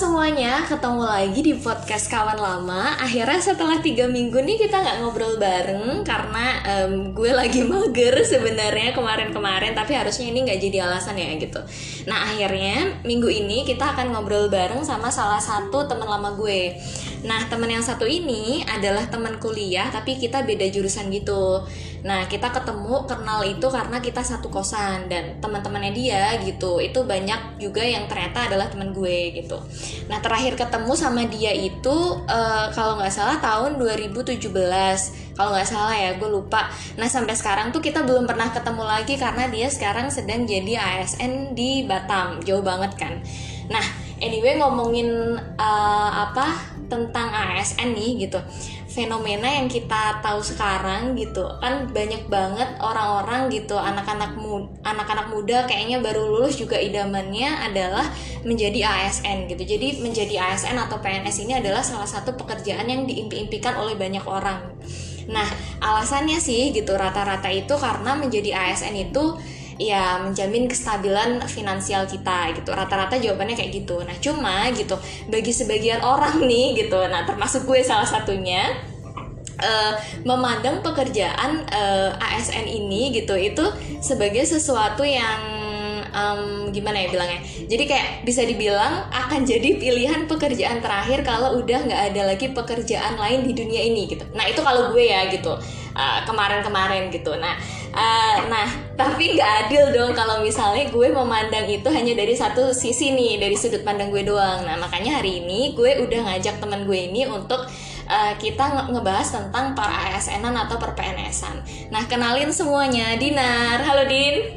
semuanya, ketemu lagi di podcast Kawan Lama. Akhirnya setelah 3 minggu nih kita gak ngobrol bareng karena gue lagi mager sebenarnya kemarin-kemarin, tapi harusnya ini gak jadi alasan ya gitu. Nah akhirnya minggu ini kita akan ngobrol bareng sama salah satu teman lama gue. Nah teman yang satu ini adalah teman kuliah tapi kita beda jurusan gitu. Nah kita ketemu kenal itu karena kita satu kosan dan teman-temannya dia gitu. Itu banyak juga yang ternyata adalah teman gue gitu. Nah terakhir ketemu sama dia itu kalau nggak salah tahun 2017. Kalau nggak salah ya, gue lupa. Nah sampai sekarang tuh kita belum pernah ketemu lagi karena dia sekarang sedang jadi ASN di Batam, jauh banget kan. Nah anyway ngomongin tentang ASN nih gitu, fenomena yang kita tahu sekarang gitu kan, banyak banget orang-orang gitu, anak-anak muda kayaknya baru lulus juga idamannya adalah menjadi ASN gitu. Jadi menjadi ASN atau PNS ini adalah salah satu pekerjaan yang diimpi-impikan oleh banyak orang. Nah alasannya sih gitu rata-rata itu karena menjadi ASN itu ya menjamin kestabilan finansial kita gitu. Rata-rata jawabannya kayak gitu. Nah cuma gitu bagi sebagian orang nih gitu, nah termasuk gue salah satunya, memandang pekerjaan ASN ini gitu itu sebagai sesuatu yang gimana ya bilangnya, jadi kayak bisa dibilang akan jadi pilihan pekerjaan terakhir kalau udah nggak ada lagi pekerjaan lain di dunia ini gitu. Nah itu kalau gue ya gitu, kemarin-kemarin gitu. Nah tapi nggak adil dong kalau misalnya gue memandang itu hanya dari satu sisi nih, dari sudut pandang gue doang. Nah makanya hari ini gue udah ngajak teman gue ini untuk kita ngebahas tentang para ASN-an atau per PNS-an. Nah kenalin semuanya, Dinar. Halo Din.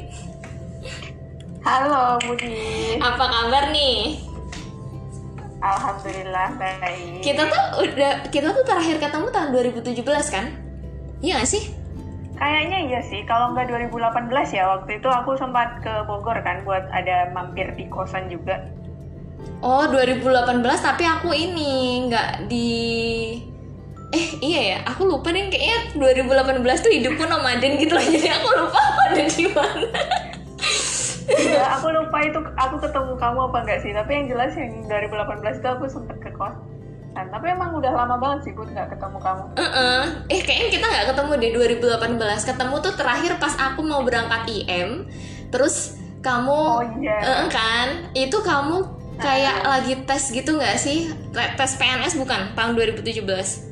Halo Budi. Apa kabar nih? Alhamdulillah baik. Kita tuh terakhir ketemu tahun 2017 kan? Iya gak sih? Kayaknya iya sih. Kalau nggak 2018 ya, waktu itu aku sempat ke Bogor kan buat ada mampir di kosan juga. Oh 2018 tapi aku ini nggak di... iya ya, aku lupa deh, kayaknya 2018 tuh hidupku nomaden gitu loh. Jadi aku lupa aku ada di mana. Ya, aku lupa itu aku ketemu kamu apa enggak sih, tapi yang jelas yang 2018 itu aku sempet ke kosan. Tapi emang udah lama banget sih Bud nggak ketemu kamu. Kayaknya kita nggak ketemu di 2018. Ketemu tuh terakhir pas aku mau berangkat IM. Terus kamu kan itu kamu kayak lagi tes gitu nggak sih, tes PNS bukan tahun 2017?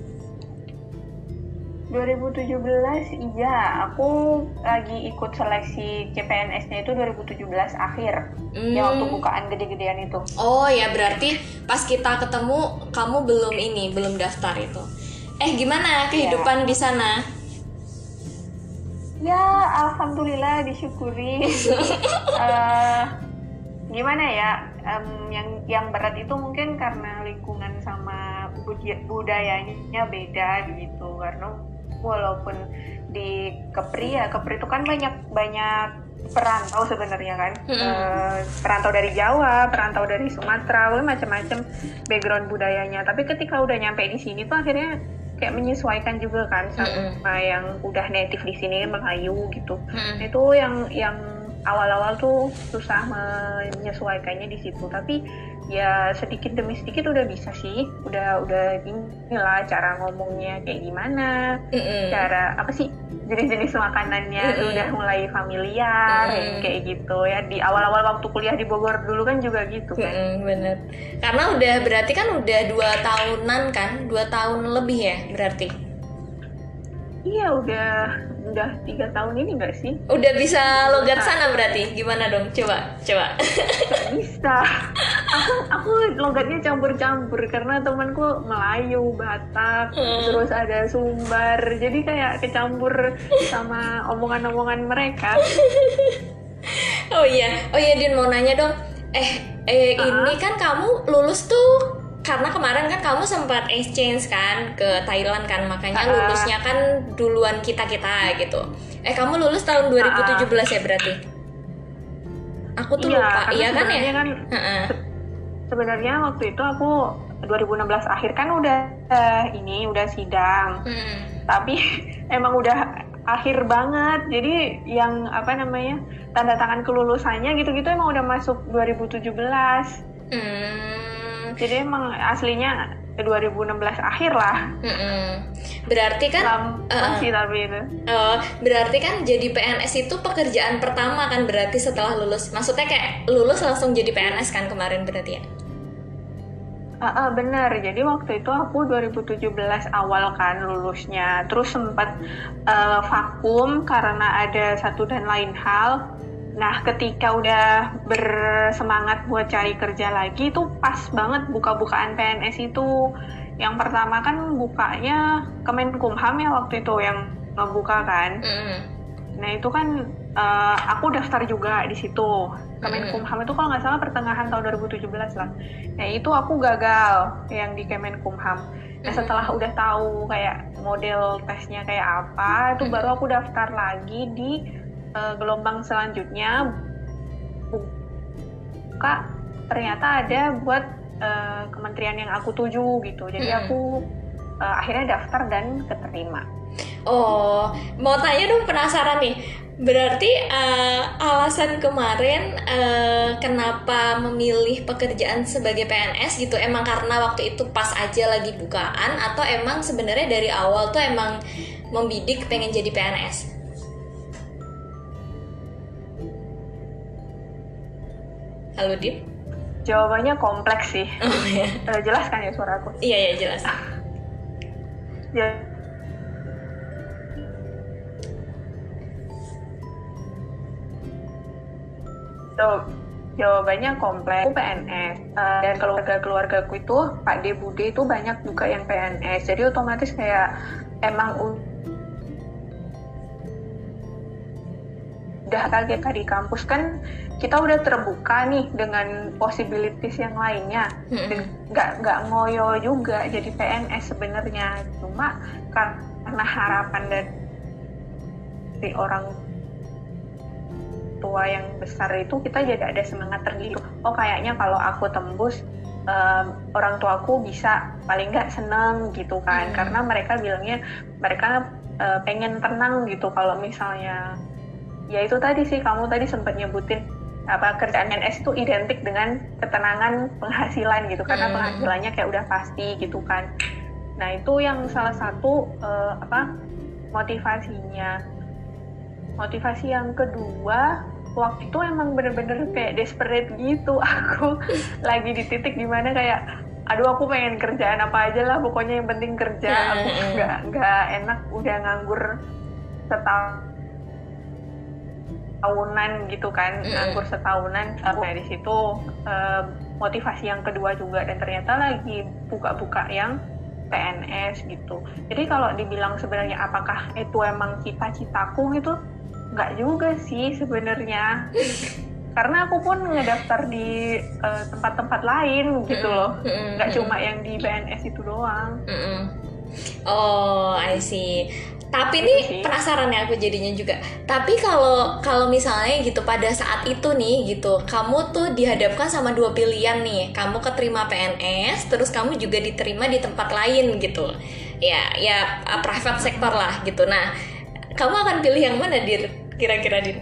2017 iya, aku lagi ikut seleksi CPNS-nya itu 2017 akhir. Yang waktu bukaan gede-gedean itu. Oh ya berarti pas kita ketemu kamu belum daftar itu. Gimana kehidupan di sana? Ya alhamdulillah disyukuri. Gimana ya, yang berat itu mungkin karena lingkungan sama budayanya beda gitu. Karena walaupun di Kepri itu kan banyak perantau sebenarnya kan, perantau dari Jawa, perantau dari Sumatera, macam-macam background budayanya. Tapi ketika udah nyampe di sini tuh akhirnya kayak menyesuaikan juga kan sama yang udah native di sini, Melayu gitu. Itu yang awal-awal tuh susah menyesuaikannya di situ, tapi ya sedikit demi sedikit udah bisa sih, udah inilah cara ngomongnya kayak gimana, cara apa sih jenis-jenis makanannya udah mulai familiar kayak gitu ya. Di awal-awal waktu kuliah di Bogor dulu kan juga gitu kan. Bener, karena udah berarti kan udah 2 tahunan kan, 2 tahun lebih ya berarti. Iya udah 3 tahun ini nggak sih? Udah bisa logat sana berarti? Gimana dong? Coba. Gak bisa. Aku logatnya campur-campur karena temanku Melayu, Batak, terus ada Sumbar. Jadi kayak kecampur sama omongan-omongan mereka. Oh iya Din, mau nanya dong. Ini kan kamu lulus tuh karena kemarin kan kamu sempat exchange kan ke Thailand kan, makanya lulusnya kan duluan kita gitu. Kamu lulus tahun 2017 ya berarti? Aku tuh lupa. Iya kan ya? Sebenarnya waktu itu aku 2016 akhir kan udah sidang. Tapi emang udah akhir banget. Jadi yang tanda tangan kelulusannya gitu-gitu emang udah masuk 2017. Jadi emang aslinya 2016 akhir lah. Berarti kan masih tapi itu. Berarti kan jadi PNS itu pekerjaan pertama kan berarti setelah lulus. Maksudnya kayak lulus langsung jadi PNS kan kemarin berarti ya? Benar. Jadi waktu itu aku 2017 awal kan lulusnya. Terus sempat vakum karena ada satu dan lain hal. Nah, ketika udah bersemangat buat cari kerja lagi, itu pas banget buka-bukaan PNS itu. Yang pertama kan bukanya Kemenkumham ya waktu itu yang ngebuka kan. Nah, itu kan aku daftar juga di situ. Kemenkumham itu kalau nggak salah pertengahan tahun 2017 lah. Nah, itu aku gagal yang di Kemenkumham. Nah, setelah udah tahu kayak model tesnya kayak apa, itu baru aku daftar lagi di gelombang selanjutnya buka ternyata ada buat kementerian yang aku tuju gitu. Jadi aku akhirnya daftar dan keterima. Oh, mau tanya dong, penasaran nih. Berarti alasan kemarin kenapa memilih pekerjaan sebagai PNS gitu, emang karena waktu itu pas aja lagi bukaan atau emang sebenarnya dari awal tuh emang membidik pengen jadi PNS? Halo Dip. Jawabannya kompleks sih. Ya. Jelas kan ya suara aku? Iya jelas. Ya. Jawabannya kompleks. Aku PNS dan keluargaku itu Pak D Bude itu banyak juga yang PNS. Jadi otomatis kayak emang udah kaget di kampus kan kita udah terbuka nih dengan possibilities yang lainnya. Nggak ngoyo juga jadi PNS sebenarnya, cuma karena harapan dari orang tua yang besar itu kita jadi ada semangat tergitu. Oh kayaknya kalau aku tembus orang tuaku bisa paling nggak seneng gitu kan, karena mereka bilangnya mereka pengen tenang gitu. Kalau misalnya ya itu tadi sih kamu tadi sempat nyebutin apa kerjaan PNS itu identik dengan ketenangan penghasilan gitu, karena penghasilannya kayak udah pasti gitu kan. Nah itu yang salah satu motivasinya. Motivasi yang kedua, waktu itu emang bener-bener kayak desperate gitu. Aku lagi di titik dimana kayak aduh aku pengen kerjaan apa aja lah pokoknya yang penting kerja. Aku nggak enak udah nganggur setahunan gitu kan, nganggur setahunan. Nah di situ motivasi yang kedua juga, dan ternyata lagi buka-buka yang PNS gitu. Jadi kalau dibilang sebenarnya apakah itu emang cita-citaku gitu, nggak juga sih sebenarnya. Karena aku pun ngedaftar di tempat-tempat lain gitu loh, nggak cuma yang di PNS itu doang. Oh, I see. Tapi nih penasaran ya aku jadinya juga. Tapi kalau misalnya gitu pada saat itu nih gitu, kamu tuh dihadapkan sama dua pilihan nih. Kamu keterima PNS, terus kamu juga diterima di tempat lain gitu. Ya private sector lah gitu. Nah, kamu akan pilih yang mana, Dir? Kira-kira, Dir?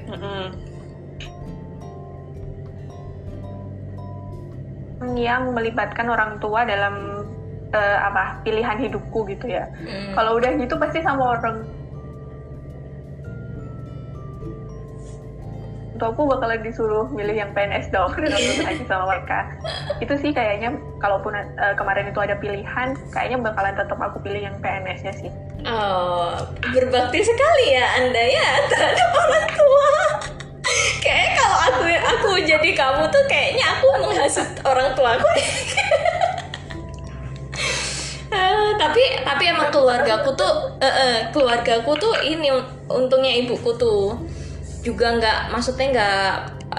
Yang melibatkan orang tua dalam pilihan hidupku gitu ya. Kalau udah gitu pasti sama orang tuaku bakalan disuruh milih yang PNS dong, dan aku lagi sama mereka. Itu sih kayaknya kalaupun kemarin itu ada pilihan, kayaknya bakalan tetap aku pilih yang PNS-nya sih. Oh, berbakti sekali ya Anda ya terhadap orang tua. Kayaknya kalau aku jadi kamu tuh kayaknya aku menghasut orang tuaku. Tapi emang keluargaku tuh ini untungnya ibuku tuh juga maksudnya nggak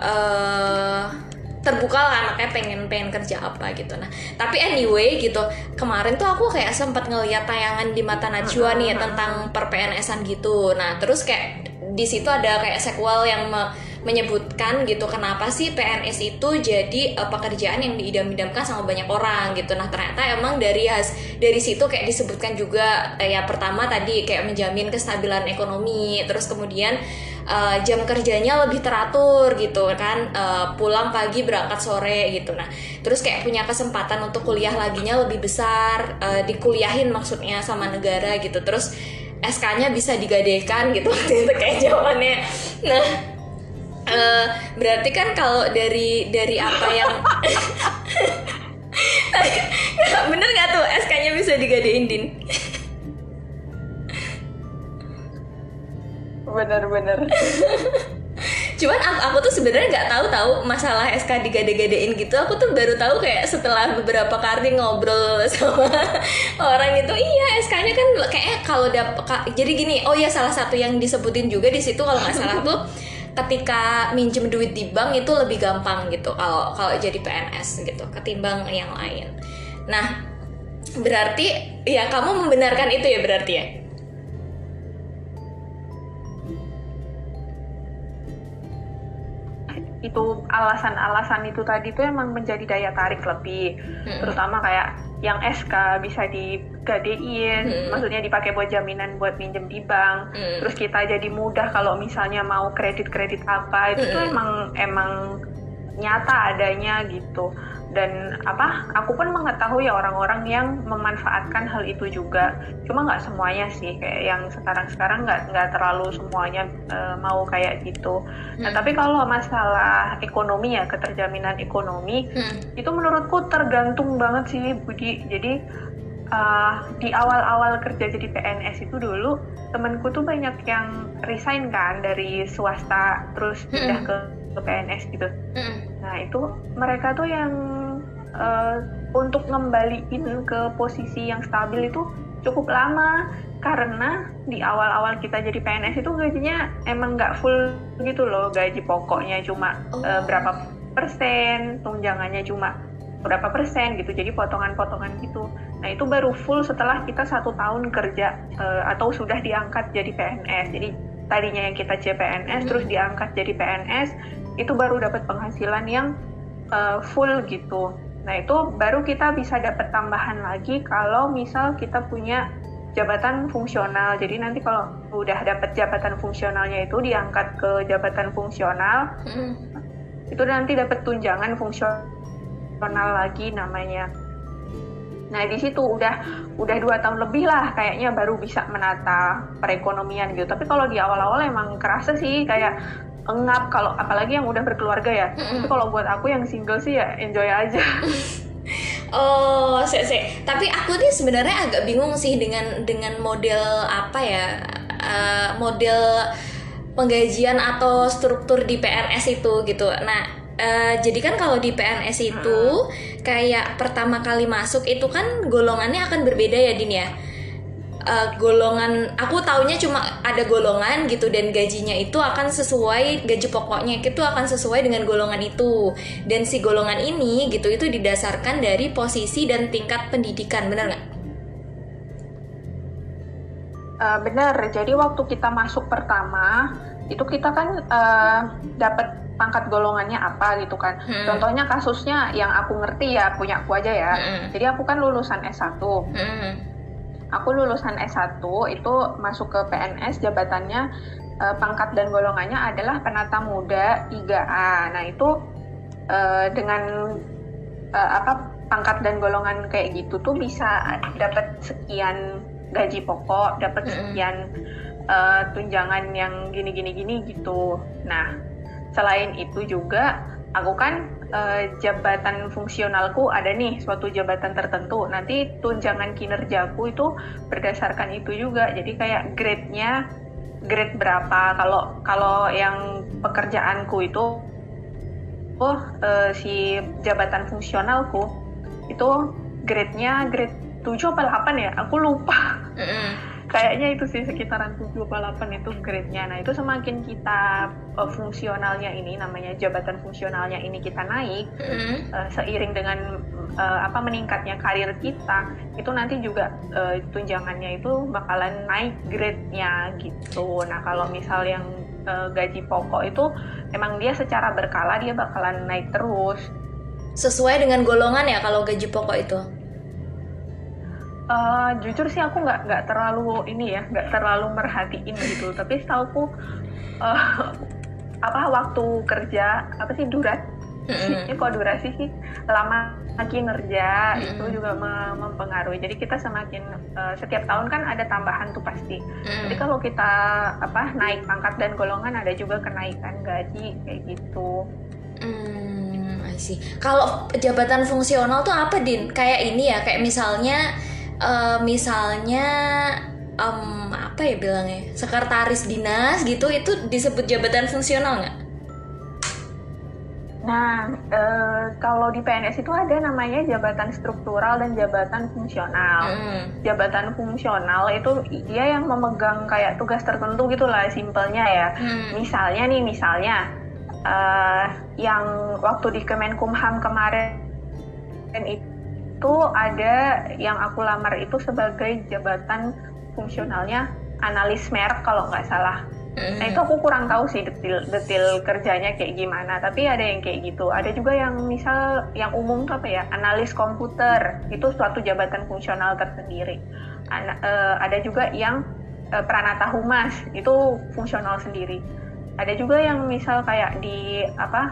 terbuka lah anaknya pengen kerja apa gitu. Nah tapi anyway gitu, kemarin tuh aku kayak sempat ngeliat tayangan di Mata Najwa nih tentang per-PNS-an gitu. Nah terus kayak di situ ada kayak sequel yang menyebutkan gitu kenapa sih PNS itu jadi pekerjaan yang diidam-idamkan sama banyak orang gitu. Nah ternyata emang dari situ kayak disebutkan juga ya pertama tadi kayak menjamin kestabilan ekonomi, terus kemudian jam kerjanya lebih teratur gitu kan, pulang pagi berangkat sore gitu. Nah terus kayak punya kesempatan untuk kuliah laginya lebih besar, dikuliahin maksudnya sama negara gitu, terus SK-nya bisa digadaikan gitu waktu itu kayak jawabannya. Nah berarti kan kalau dari apa yang bener nggak tuh SK-nya bisa digadein, Din? Bener. Cuman aku tuh sebenarnya nggak tahu masalah SK digade-gadein gitu. Aku tuh baru tahu kayak setelah beberapa kali ngobrol sama orang itu. Iya, SK-nya kan kayak kalau jadi gini. Oh ya, salah satu yang disebutin juga di situ kalau nggak salah tuh ketika minjem duit di bank itu lebih gampang gitu kalau jadi PNS gitu ketimbang yang lain. Nah, berarti ya kamu membenarkan itu ya berarti ya? Itu alasan-alasan itu tadi tuh emang menjadi daya tarik lebih, terutama kayak yang SK bisa digadein, maksudnya dipakai buat jaminan buat minjem di bank, terus kita jadi mudah kalau misalnya mau kredit apa itu tuh emang nyata adanya gitu. Dan aku pun mengetahui ya orang-orang yang memanfaatkan hal itu juga, cuma nggak semuanya sih, kayak yang sekarang nggak terlalu semuanya mau kayak gitu. Nah tapi kalau masalah ekonomi ya, keterjaminan ekonomi itu menurutku tergantung banget sih Budi. Jadi di awal-awal kerja jadi PNS itu dulu temanku tuh banyak yang resign kan dari swasta terus pindah ke PNS gitu. Nah itu mereka tuh yang untuk ngembaliin ke posisi yang stabil itu cukup lama, karena di awal-awal kita jadi PNS itu gajinya emang nggak full gitu loh, gaji pokoknya cuma berapa persen, tunjangannya cuma berapa persen gitu, jadi potongan-potongan gitu. Nah itu baru full setelah kita 1 tahun kerja atau sudah diangkat jadi PNS. Jadi tadinya yang kita CPNS terus diangkat jadi PNS, itu baru dapat penghasilan yang full gitu. Nah itu baru kita bisa dapat tambahan lagi kalau misal kita punya jabatan fungsional. Jadi nanti kalau udah dapat jabatan fungsionalnya itu diangkat ke jabatan fungsional, itu nanti dapat tunjangan fungsional lagi namanya. Nah di situ udah 2 tahun lebih lah kayaknya baru bisa menata perekonomian gitu. Tapi kalau di awal-awal emang kerasa sih kayak engap, kalau apalagi yang udah berkeluarga ya. Tapi kalau buat aku yang single sih ya enjoy aja. Oh, tapi aku nih sebenarnya agak bingung sih dengan model apa ya, model penggajian atau struktur di PNS itu gitu. Nah, jadi kan kalau di PNS itu kayak pertama kali masuk itu kan golongannya akan berbeda ya Din ya. Golongan aku taunya cuma ada golongan gitu, dan gajinya itu akan sesuai, gaji pokoknya itu akan sesuai dengan golongan itu, dan si golongan ini gitu itu didasarkan dari posisi dan tingkat pendidikan, benar nggak? Benar, jadi waktu kita masuk pertama itu kita kan dapat pangkat golongannya apa gitu kan. Contohnya kasusnya yang aku ngerti ya, punya aku aja ya. Jadi aku kan lulusan S1. Aku lulusan S1 itu masuk ke PNS, jabatannya pangkat dan golongannya adalah penata muda 3A. Nah itu dengan pangkat dan golongan kayak gitu tuh bisa dapat sekian gaji pokok, dapat sekian tunjangan yang gini gitu. Nah selain itu juga aku kan jabatan fungsionalku ada nih suatu jabatan tertentu. Nanti tunjangan kinerjaku itu berdasarkan itu juga. Jadi kayak grade berapa. Kalau yang pekerjaanku itu si jabatan fungsionalku itu grade-nya grade 7 apa 8 ya? Aku lupa. Kayaknya itu sih sekitaran 7 apa 8 itu grade-nya. Nah itu semakin kita fungsionalnya ini, namanya jabatan fungsionalnya ini kita naik, seiring dengan meningkatnya karir kita, itu nanti juga tunjangannya itu bakalan naik grade-nya gitu. Nah kalau misal yang gaji pokok itu emang dia secara berkala dia bakalan naik terus. Sesuai dengan golongan ya kalau gaji pokok itu? Jujur sih aku nggak terlalu nggak terlalu merhatiin gitu. Tapi setauku waktu kerja durasi sih lama lagi ngerja itu juga mempengaruhi. Jadi kita semakin setiap tahun kan ada tambahan tuh pasti. Jadi kalau kita naik pangkat dan golongan ada juga kenaikan gaji kayak gitu. I see. Kalau jabatan fungsional tuh apa, Din? Kayak ini ya, kayak misalnya apa ya bilangnya, sekretaris dinas gitu, itu disebut jabatan fungsional nggak? Nah, kalau di PNS itu ada namanya jabatan struktural dan jabatan fungsional. Jabatan fungsional itu dia yang memegang kayak tugas tertentu gitulah, simpelnya ya. Misalnya yang waktu di Kemenkumham kemarin itu ada yang aku lamar itu sebagai jabatan fungsionalnya analis merek kalau nggak salah. Nah itu aku kurang tahu sih detail kerjanya kayak gimana, tapi ada yang kayak gitu. Ada juga yang misal yang umum tuh analis komputer, itu suatu jabatan fungsional tersendiri. Ada juga yang pranata humas, itu fungsional sendiri. Ada juga yang misal kayak di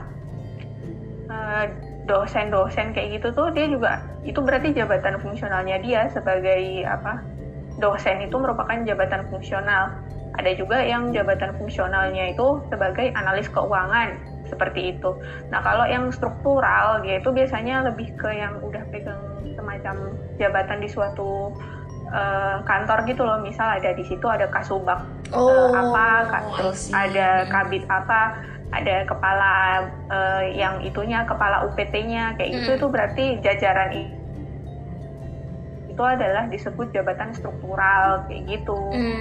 dosen-dosen kayak gitu tuh, dia juga itu berarti jabatan fungsionalnya dia sebagai dosen itu merupakan jabatan fungsional. Ada juga yang jabatan fungsionalnya itu sebagai analis keuangan, seperti itu. Nah kalau yang struktural dia itu biasanya lebih ke yang udah pegang semacam jabatan di suatu kantor gitu loh. Misal ada di situ ada kasubag ada kabid ada kepala yang itunya, kepala UPT-nya kayak gitu. Itu berarti jajaran itu adalah disebut jabatan struktural kayak gitu.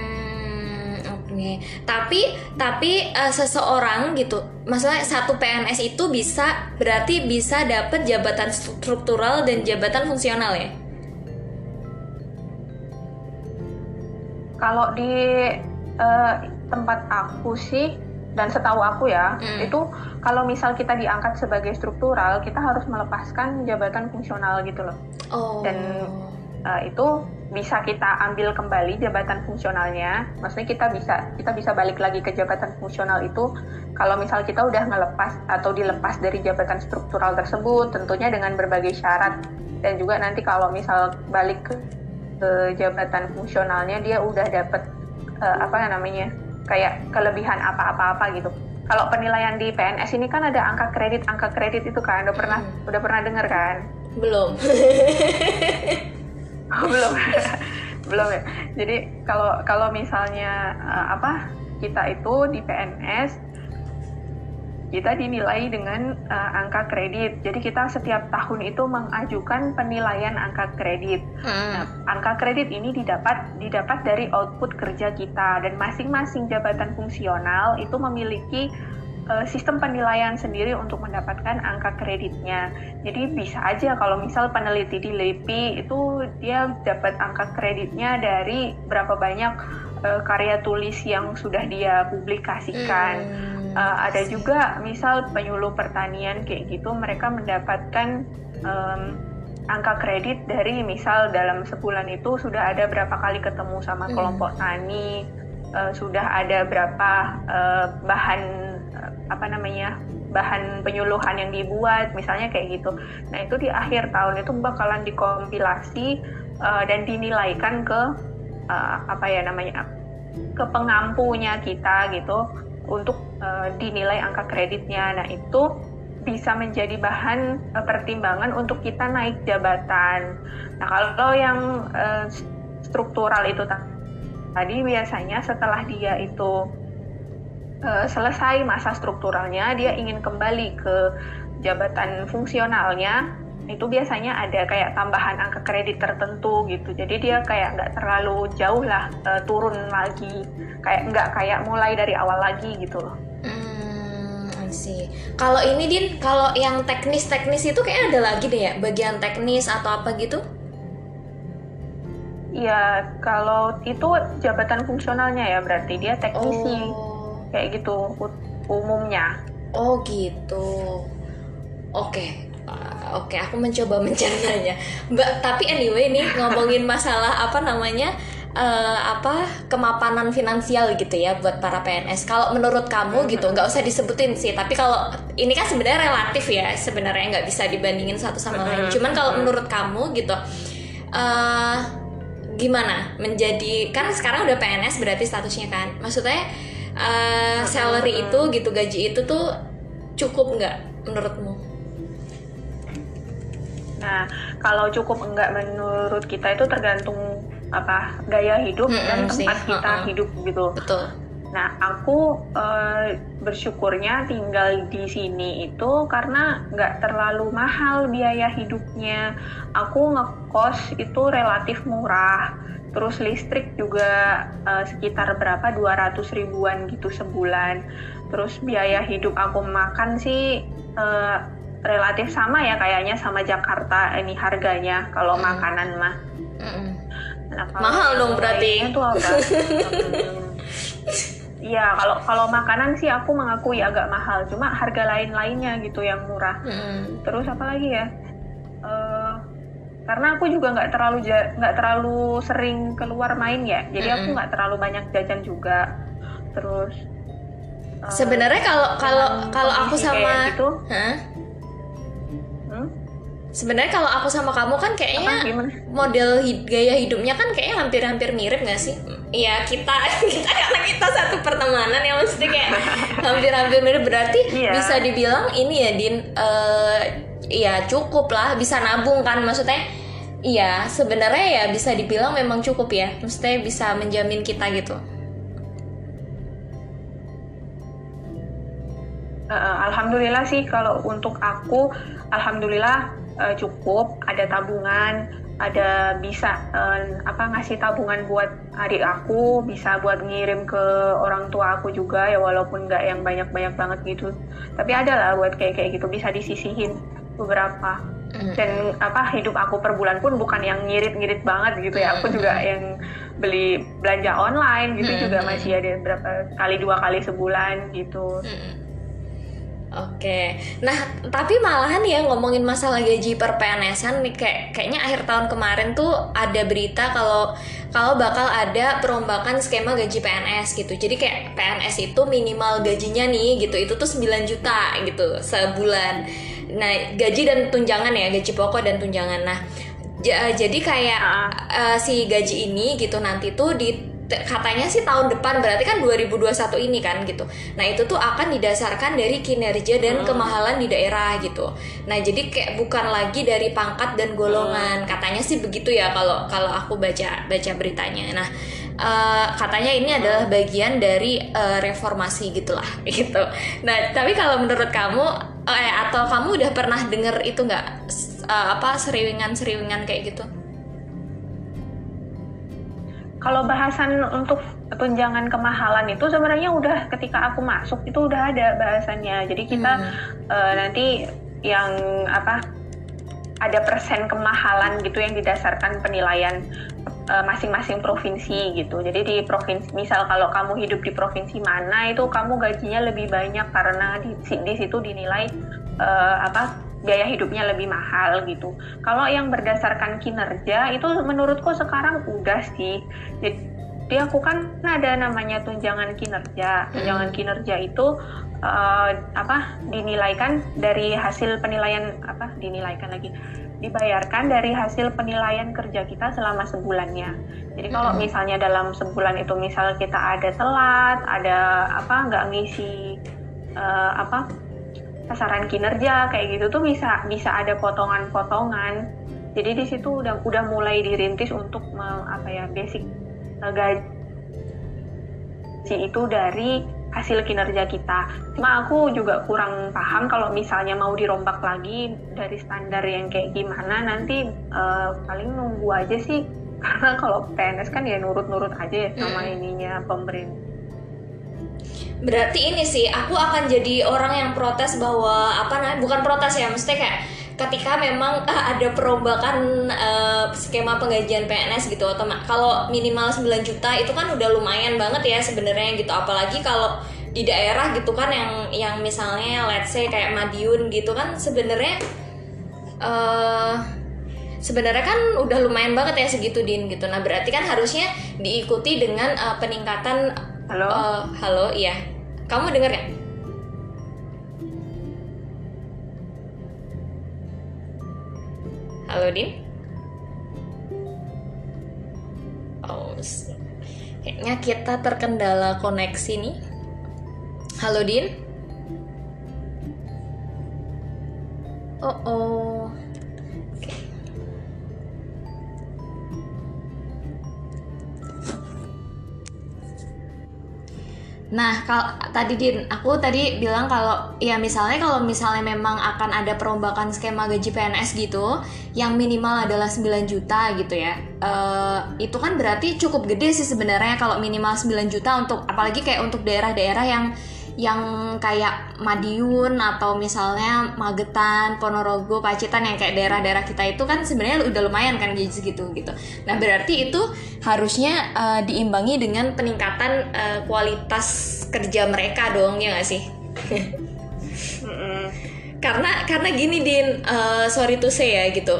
Oke. Tapi seseorang gitu, maksudnya satu PNS itu berarti bisa dapat jabatan struktural dan jabatan fungsional ya? Kalau di tempat aku sih, dan setahu aku ya, itu kalau misal kita diangkat sebagai struktural, kita harus melepaskan jabatan fungsional gitu loh. Dan itu bisa kita ambil kembali jabatan fungsionalnya. Maksudnya kita bisa balik lagi ke jabatan fungsional itu kalau misal kita udah ngelepas atau dilepas dari jabatan struktural tersebut, tentunya dengan berbagai syarat. Dan juga nanti kalau misal balik ke jabatan fungsionalnya, dia udah dapet kayak kelebihan apa gitu. Kalau penilaian di PNS ini kan ada angka kredit itu kan, udah pernah dengar kan? Belum. belum ya. Jadi kalau misalnya kita itu di PNS kita dinilai dengan angka kredit. Jadi kita setiap tahun itu mengajukan penilaian angka kredit. Nah, angka kredit ini didapat dari output kerja kita, dan masing-masing jabatan fungsional itu memiliki sistem penilaian sendiri untuk mendapatkan angka kreditnya. Jadi bisa aja kalau misal peneliti di LIPI itu dia dapat angka kreditnya dari berapa banyak karya tulis yang sudah dia publikasikan. Ada juga misal penyuluh pertanian kayak gitu, mereka mendapatkan angka kredit dari misal dalam sebulan itu sudah ada berapa kali ketemu sama kelompok tani, sudah ada berapa bahan penyuluhan yang dibuat, misalnya kayak gitu. Nah itu di akhir tahun itu bakalan dikompilasi dan dinilaikan ke ke pengampunya kita gitu untuk dinilai angka kreditnya. Nah itu bisa menjadi bahan pertimbangan untuk kita naik jabatan. Nah kalau yang struktural itu tadi biasanya setelah dia itu selesai masa strukturalnya, dia ingin kembali ke jabatan fungsionalnya, itu biasanya ada kayak tambahan angka kredit tertentu gitu. Jadi dia kayak nggak terlalu jauh lah turun lagi, nggak kayak mulai dari awal lagi gitu loh. I see. Kalau ini Din, kalau yang teknis itu kayak ada lagi deh ya, bagian teknis atau apa gitu? Iya, kalau itu jabatan fungsionalnya ya, berarti dia teknisi. Kayak gitu umumnya. Oh gitu. Oke. Oke, aku mencoba mencernanya. Mbak, tapi anyway nih ngomongin masalah apa namanya? Kemapanan finansial gitu ya buat para PNS. Kalau menurut kamu gitu, nggak usah disebutin sih. Tapi kalau ini kan sebenarnya relatif ya, sebenarnya nggak bisa dibandingin satu sama lain. Cuman kalau menurut kamu gitu, gimana menjadi, kan sekarang udah PNS berarti statusnya kan? Maksudnya salary itu gitu, gaji itu tuh cukup nggak menurutmu? Nah, kalau cukup enggak menurut kita itu tergantung gaya hidup dan tempat kita hidup gitu. Betul. Nah, aku bersyukurnya tinggal di sini itu karena nggak terlalu mahal biaya hidupnya. Aku ngekos itu relatif murah. Terus listrik juga sekitar berapa 200 ribuan gitu sebulan. Terus biaya hidup aku makan sih relatif sama ya kayaknya sama Jakarta ini harganya kalau makanan mah. Nah, mahal dong berarti. Itu apa? Iya, kalau makanan sih aku mengakui agak mahal. Cuma harga lain-lainnya gitu yang murah. Terus apa lagi ya? Karena aku juga nggak terlalu sering keluar main ya. Jadi aku nggak terlalu banyak jajan juga. Terus sebenarnya kalau aku sama gitu, sebenarnya kalau aku sama kamu kan kayaknya model gaya hidupnya kan kayaknya hampir-hampir mirip nggak sih? Iya, kita karena kita satu pertemanan ya, maksudnya kayak hampir-hampir mirip, berarti bisa dibilang ini ya Din, iya cukup lah, bisa nabung kan, maksudnya iya sebenarnya ya bisa dibilang memang cukup ya, maksudnya bisa menjamin kita gitu. Alhamdulillah sih kalau untuk aku, alhamdulillah cukup, ada tabungan, ada bisa ngasih tabungan buat adik aku, bisa buat ngirim ke orang tua aku juga ya, walaupun nggak yang banyak-banyak banget gitu, tapi ada lah buat kayak gitu, bisa disisihin beberapa. Dan hidup aku per bulan pun bukan yang ngirit-ngirit banget gitu ya, aku juga yang beli belanja online gitu juga masih ada berapa kali, 2 kali sebulan gitu. Oke, nah tapi malahan ya ngomongin masalah gaji per PNS-an nih, kayaknya akhir tahun kemarin tuh ada berita kalau bakal ada perombakan skema gaji PNS gitu. Jadi kayak PNS itu minimal gajinya nih gitu, itu tuh 9 juta gitu sebulan. Nah gaji dan tunjangan ya, gaji pokok dan tunjangan. Nah jadi kayak si gaji ini gitu nanti tuh katanya sih tahun depan, berarti kan 2021 ini kan gitu. Nah itu tuh akan didasarkan dari kinerja dan kemahalan di daerah gitu. Nah jadi kayak bukan lagi dari pangkat dan golongan, katanya sih begitu ya kalau aku baca beritanya. Nah katanya ini adalah bagian dari reformasi gitulah gitu. Nah tapi kalau menurut kamu atau kamu udah pernah dengar itu nggak seriwingan kayak gitu? Kalau bahasan untuk tunjangan kemahalan itu sebenarnya udah ketika aku masuk itu udah ada bahasannya. Jadi kita nanti yang ada persen kemahalan gitu yang didasarkan penilaian masing-masing provinsi gitu. Jadi di provinsi, misal kalau kamu hidup di provinsi mana itu kamu gajinya lebih banyak karena di situ dinilai biaya hidupnya lebih mahal gitu. Kalau yang berdasarkan kinerja itu menurutku sekarang udah sih. Jadi aku kan ada namanya tunjangan kinerja. Tunjangan kinerja itu dinilaikan dari hasil penilaian dibayarkan dari hasil penilaian kerja kita selama sebulannya. Jadi kalau misalnya dalam sebulan itu misal kita ada telat, ada nggak ngisi sasaran kinerja kayak gitu tuh bisa ada potongan-potongan. Jadi di situ udah mulai dirintis untuk basic gaji itu dari hasil kinerja kita. Cuma aku juga kurang paham kalau misalnya mau dirombak lagi dari standar yang kayak gimana, nanti paling nunggu aja sih, karena kalau PNS kan ya nurut-nurut aja ya sama ininya pemerintah. Berarti ini sih aku akan jadi orang yang protes bahwa bukan protes ya, mesti kayak ketika memang ada perombakan skema penggajian PNS gitu, kalau minimal 9 juta itu kan udah lumayan banget ya sebenarnya gitu, apalagi kalau di daerah gitu kan yang misalnya let's say kayak Madiun gitu kan sebenarnya eh sebenarnya kan udah lumayan banget ya segitu Din gitu. Nah berarti kan harusnya diikuti dengan peningkatan. Halo, iya. Kamu dengar nggak? Halo Din. Oh, kayaknya kita terkendala koneksi nih. Halo Din. Oh. Oke. Nah, tadi Din, aku tadi bilang kalau ya kalau misalnya memang akan ada perombakan skema gaji PNS gitu, yang minimal adalah 9 juta gitu ya. Itu kan berarti cukup gede sih sebenarnya kalau minimal 9 juta untuk apalagi kayak untuk daerah-daerah yang kayak Madiun atau misalnya Magetan, Ponorogo, Pacitan yang kayak daerah-daerah kita itu kan sebenarnya udah lumayan kan gaji segitu gitu. Nah berarti itu harusnya diimbangi dengan peningkatan kualitas kerja mereka dong, ya nggak sih? Karena gini Din, sorry to say ya gitu.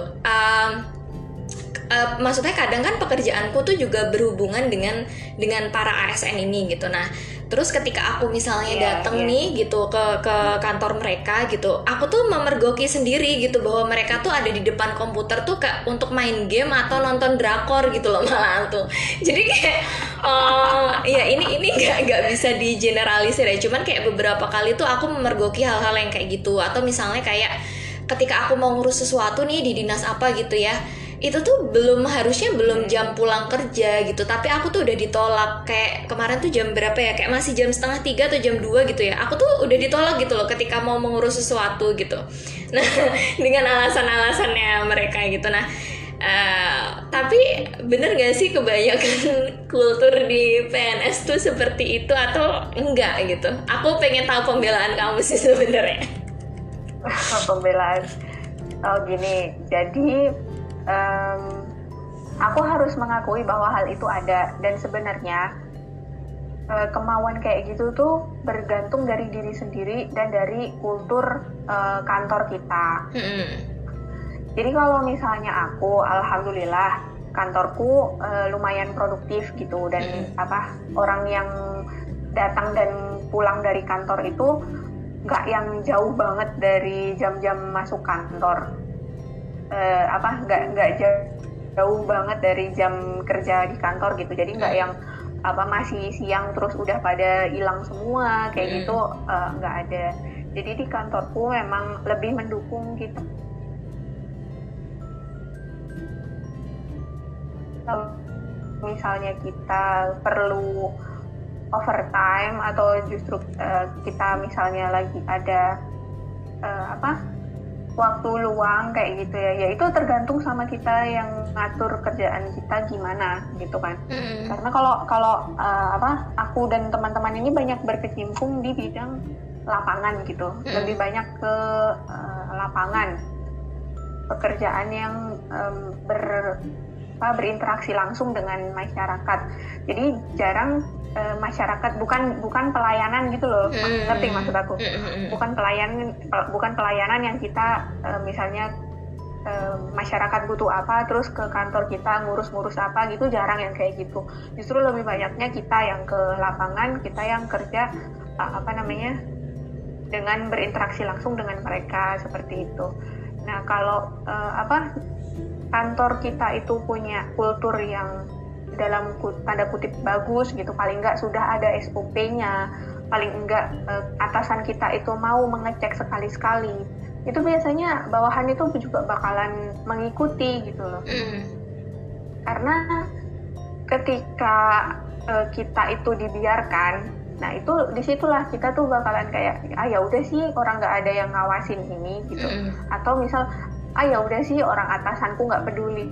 Maksudnya kadang kan pekerjaanku tuh juga berhubungan dengan para ASN ini gitu. Nah terus ketika aku misalnya datang nih gitu ke kantor mereka gitu, aku tuh memergoki sendiri gitu bahwa mereka tuh ada di depan komputer tuh kayak untuk main game atau nonton drakor gitu loh malahan tuh. Jadi kayak ya ini nggak bisa di generalisir ya, cuman kayak beberapa kali tuh aku memergoki hal-hal yang kayak gitu. Atau misalnya kayak ketika aku mau ngurus sesuatu nih di dinas apa gitu ya, itu tuh harusnya belum jam pulang kerja gitu, tapi aku tuh udah ditolak. Kayak kemarin tuh jam berapa ya, kayak masih jam 2:30 atau jam 2 gitu ya, aku tuh udah ditolak gitu loh ketika mau mengurus sesuatu gitu. Nah dengan alasan-alasannya mereka gitu. Nah tapi bener gak sih kebanyakan kultur di PNS tuh seperti itu atau enggak gitu? Aku pengen tahu pembelaan kamu sih sebenarnya. Pembelaan gini, jadi aku harus mengakui bahwa hal itu ada, dan sebenarnya kemauan kayak gitu tuh bergantung dari diri sendiri dan dari kultur kantor kita. Jadi kalau misalnya aku, alhamdulillah kantorku lumayan produktif gitu, dan orang yang datang dan pulang dari kantor itu nggak yang jauh banget dari jam-jam masuk kantor. Nggak jauh banget dari jam kerja di kantor gitu, jadi nggak yang masih siang terus udah pada hilang semua kayak gitu, nggak ada. Jadi di kantorku memang lebih mendukung kita. Kalau misalnya kita perlu overtime atau justru kita misalnya lagi ada waktu luang kayak gitu ya itu tergantung sama kita yang ngatur kerjaan kita gimana gitu kan. Karena kalau aku dan teman-teman ini banyak berkecimpung di bidang lapangan gitu, lebih banyak ke lapangan, pekerjaan yang berinteraksi langsung dengan masyarakat. Jadi jarang masyarakat, bukan pelayanan gitu loh, ngerti maksud aku? Bukan pelayanan yang kita misalnya masyarakat butuh apa terus ke kantor kita ngurus apa gitu, jarang yang kayak gitu. Justru lebih banyaknya kita yang ke lapangan, kita yang kerja dengan berinteraksi langsung dengan mereka seperti itu. Nah kalau kantor kita itu punya kultur yang dalam tanda kutip bagus gitu, paling enggak sudah ada SOP-nya, paling enggak atasan kita itu mau mengecek sekali-sekali, itu biasanya bawahan itu juga bakalan mengikuti gitu loh. Karena ketika kita itu dibiarkan, nah itu disitulah kita tuh bakalan kayak ya udah sih orang nggak ada yang ngawasin ini gitu, atau misal ya udah sih orang atasanku nggak peduli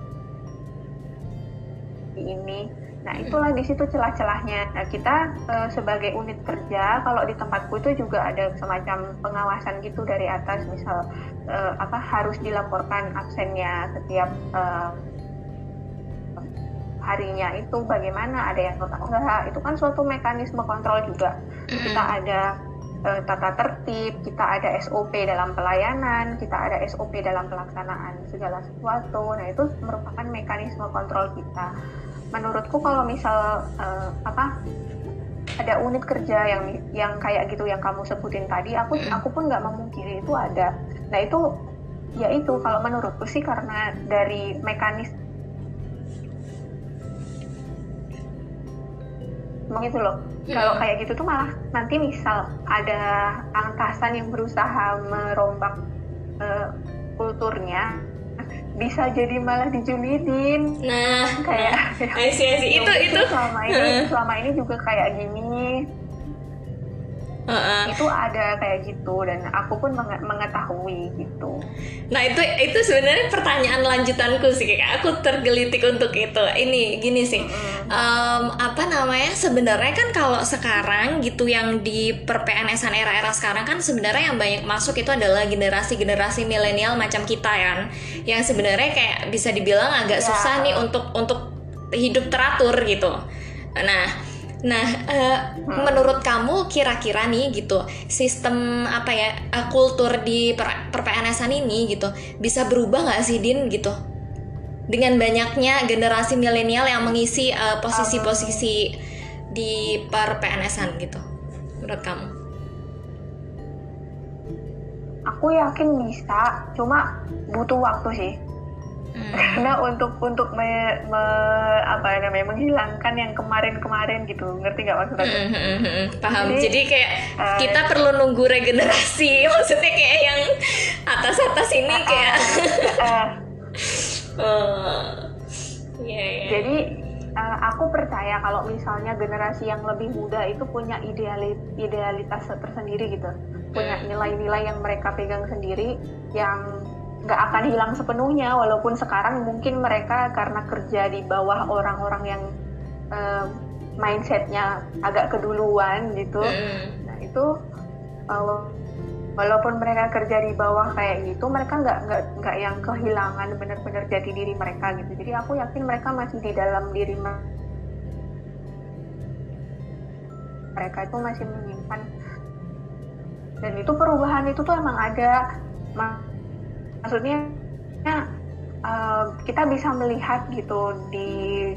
ini. Nah itulah di situ celah-celahnya. Nah kita sebagai unit kerja, kalau di tempatku itu juga ada semacam pengawasan gitu dari atas, misal harus dilaporkan absennya setiap harinya itu bagaimana, ada yang tahu enggak, itu kan suatu mekanisme kontrol juga. Kita ada tata tertib, kita ada SOP dalam pelayanan, kita ada SOP dalam pelaksanaan segala sesuatu. Nah, itu merupakan mekanisme kontrol kita. Menurutku kalau misal ada unit kerja yang kayak gitu yang kamu sebutin tadi, aku pun nggak memungkiri itu ada. Nah, itu ya itu kalau menurutku sih karena dari mekanisme gitu loh. Kalau kayak gitu tuh malah nanti misal ada atasan yang berusaha merombak kulturnya, bisa jadi malah dijulidin. Nah, kayak I see. Itu selama ini juga kayak gini. Itu ada kayak gitu dan aku pun mengetahui gitu. Nah, itu sebenarnya pertanyaan lanjutanku sih, kayak aku tergelitik untuk itu. Ini gini sih, sebenarnya kan kalau sekarang gitu yang di per-PNS-an era-era sekarang kan sebenarnya yang banyak masuk itu adalah generasi milenial macam kita kan, yang sebenarnya kayak bisa dibilang agak susah nih untuk hidup teratur gitu. Menurut kamu kira-kira nih gitu sistem kultur di per-PNS-an ini gitu bisa berubah nggak sih, Din, gitu dengan banyaknya generasi milenial yang mengisi posisi-posisi di per-PNS-an gitu, menurut kamu? Aku yakin bisa, cuma butuh waktu sih. Karena untuk menghilangkan yang kemarin gitu, ngerti nggak maksudnya? Paham. Jadi kayak kita perlu nunggu regenerasi, maksudnya kayak yang atas ini kayak. Jadi aku percaya kalau misalnya generasi yang lebih muda itu punya idealitas tersendiri gitu, punya nilai-nilai yang mereka pegang sendiri yang nggak akan hilang sepenuhnya, walaupun sekarang mungkin mereka karena kerja di bawah orang-orang yang mindsetnya agak keduluan gitu. Nah itu walaupun mereka kerja di bawah kayak gitu, mereka nggak yang kehilangan benar-benar jati diri mereka gitu. Jadi aku yakin mereka masih di dalam diri mereka itu masih menyimpan, dan itu perubahan itu tuh emang ada. Maksudnya kita bisa melihat gitu di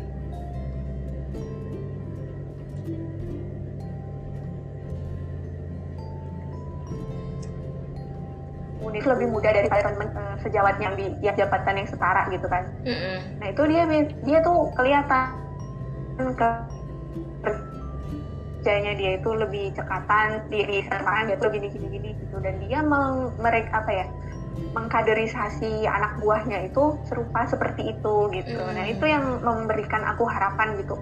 unit lebih muda dari sejawatnya di jabatan yang setara gitu kan. Nah itu dia tuh kelihatan kerjanya dia itu lebih cekatan, di serangan dia tuh lebih gini gitu, dan dia mengkaderisasi anak buahnya itu serupa seperti itu gitu. Nah itu yang memberikan aku harapan gitu,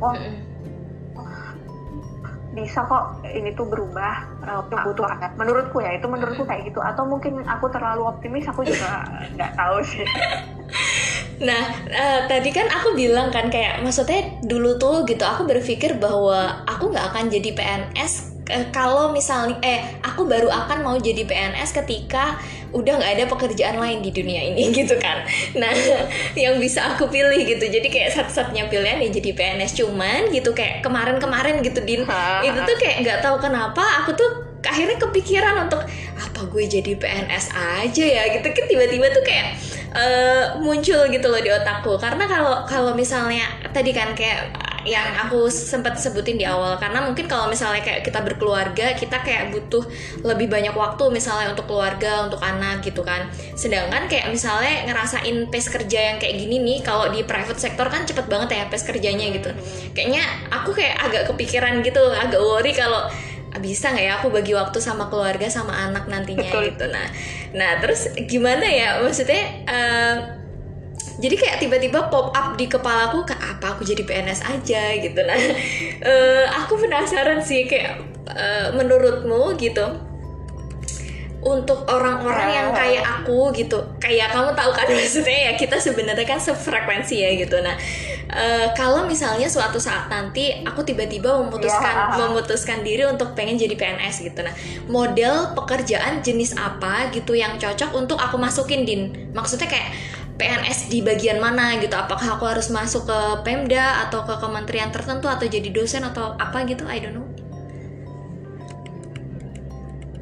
bisa kok ini tuh berubah, butuh banget. Menurutku kayak gitu, atau mungkin aku terlalu optimis, aku juga nggak tahu sih. Nah, tadi kan aku bilang kan kayak maksudnya dulu tuh gitu aku berpikir bahwa aku nggak akan jadi PNS kalau misalnya aku baru akan mau jadi PNS ketika udah nggak ada pekerjaan lain di dunia ini gitu kan. Nah, yang bisa aku pilih gitu, jadi kayak satu-satunya pilihan ya jadi PNS. Cuman gitu kayak kemarin gitu Din, itu tuh kayak nggak tahu kenapa aku tuh akhirnya kepikiran untuk apa gue jadi PNS aja ya gitu kan, tiba-tiba tuh kayak muncul gitu loh di otakku. Karena kalau misalnya tadi kan kayak yang aku sempat sebutin di awal, karena mungkin kalau misalnya kayak kita berkeluarga, kita kayak butuh lebih banyak waktu misalnya untuk keluarga, untuk anak gitu kan. Sedangkan kayak misalnya ngerasain pace kerja yang kayak gini nih, kalau di private sector kan cepet banget ya pace kerjanya gitu. Kayaknya aku kayak agak kepikiran gitu, agak worry kalau bisa nggak ya aku bagi waktu sama keluarga sama anak nantinya. Betul. Gitu. Nah terus gimana ya, maksudnya jadi kayak tiba-tiba pop up di kepalaku, apa aku jadi PNS aja gitu. Nah aku penasaran sih kayak menurutmu gitu, untuk orang-orang yang kayak aku gitu, kayak kamu tahu kan maksudnya ya kita sebenarnya kan sefrekuensi ya gitu. Nah kalau misalnya suatu saat nanti aku tiba-tiba memutuskan diri untuk pengen jadi PNS gitu, nah model pekerjaan jenis apa gitu yang cocok untuk aku masukin, Din? Maksudnya kayak PNS di bagian mana gitu, apakah aku harus masuk ke Pemda atau ke kementerian tertentu atau jadi dosen atau apa gitu, I don't know.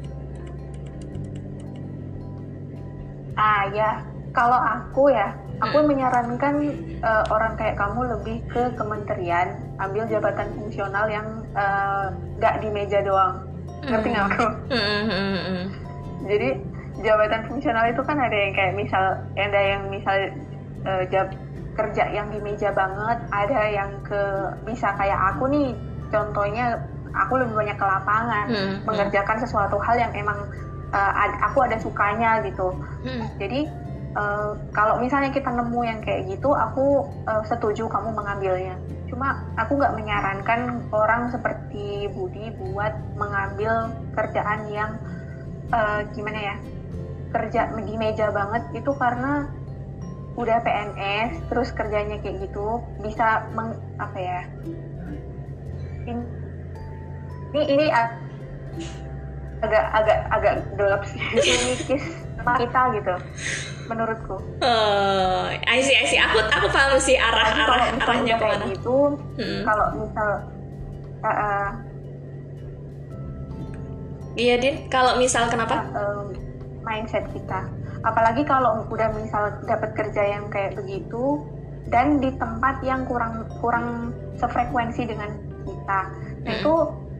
Ya, kalau aku menyarankan orang kayak kamu lebih ke kementerian, ambil jabatan fungsional yang nggak di meja doang. Ngerti nggak aku? Jadi jabatan fungsional itu kan ada yang kayak misal kerja yang di meja banget, ada yang bisa kayak aku nih, contohnya aku lebih banyak ke lapangan, mengerjakan sesuatu hal yang emang aku ada sukanya gitu. Jadi kalau misalnya kita nemu yang kayak gitu, aku setuju kamu mengambilnya. Cuma aku nggak menyarankan orang seperti Budi buat mengambil kerjaan yang kerja di meja banget itu, karena udah PNS terus kerjanya kayak gitu bisa ini agak gelap sih, mikis kita gitu menurutku. I see. Aku paham sih arahnya kemana. Itu kalau misal iya Din, kalau misal kenapa? Mindset kita, apalagi kalau udah misal dapat kerja yang kayak begitu dan di tempat yang kurang sefrekuensi dengan kita, itu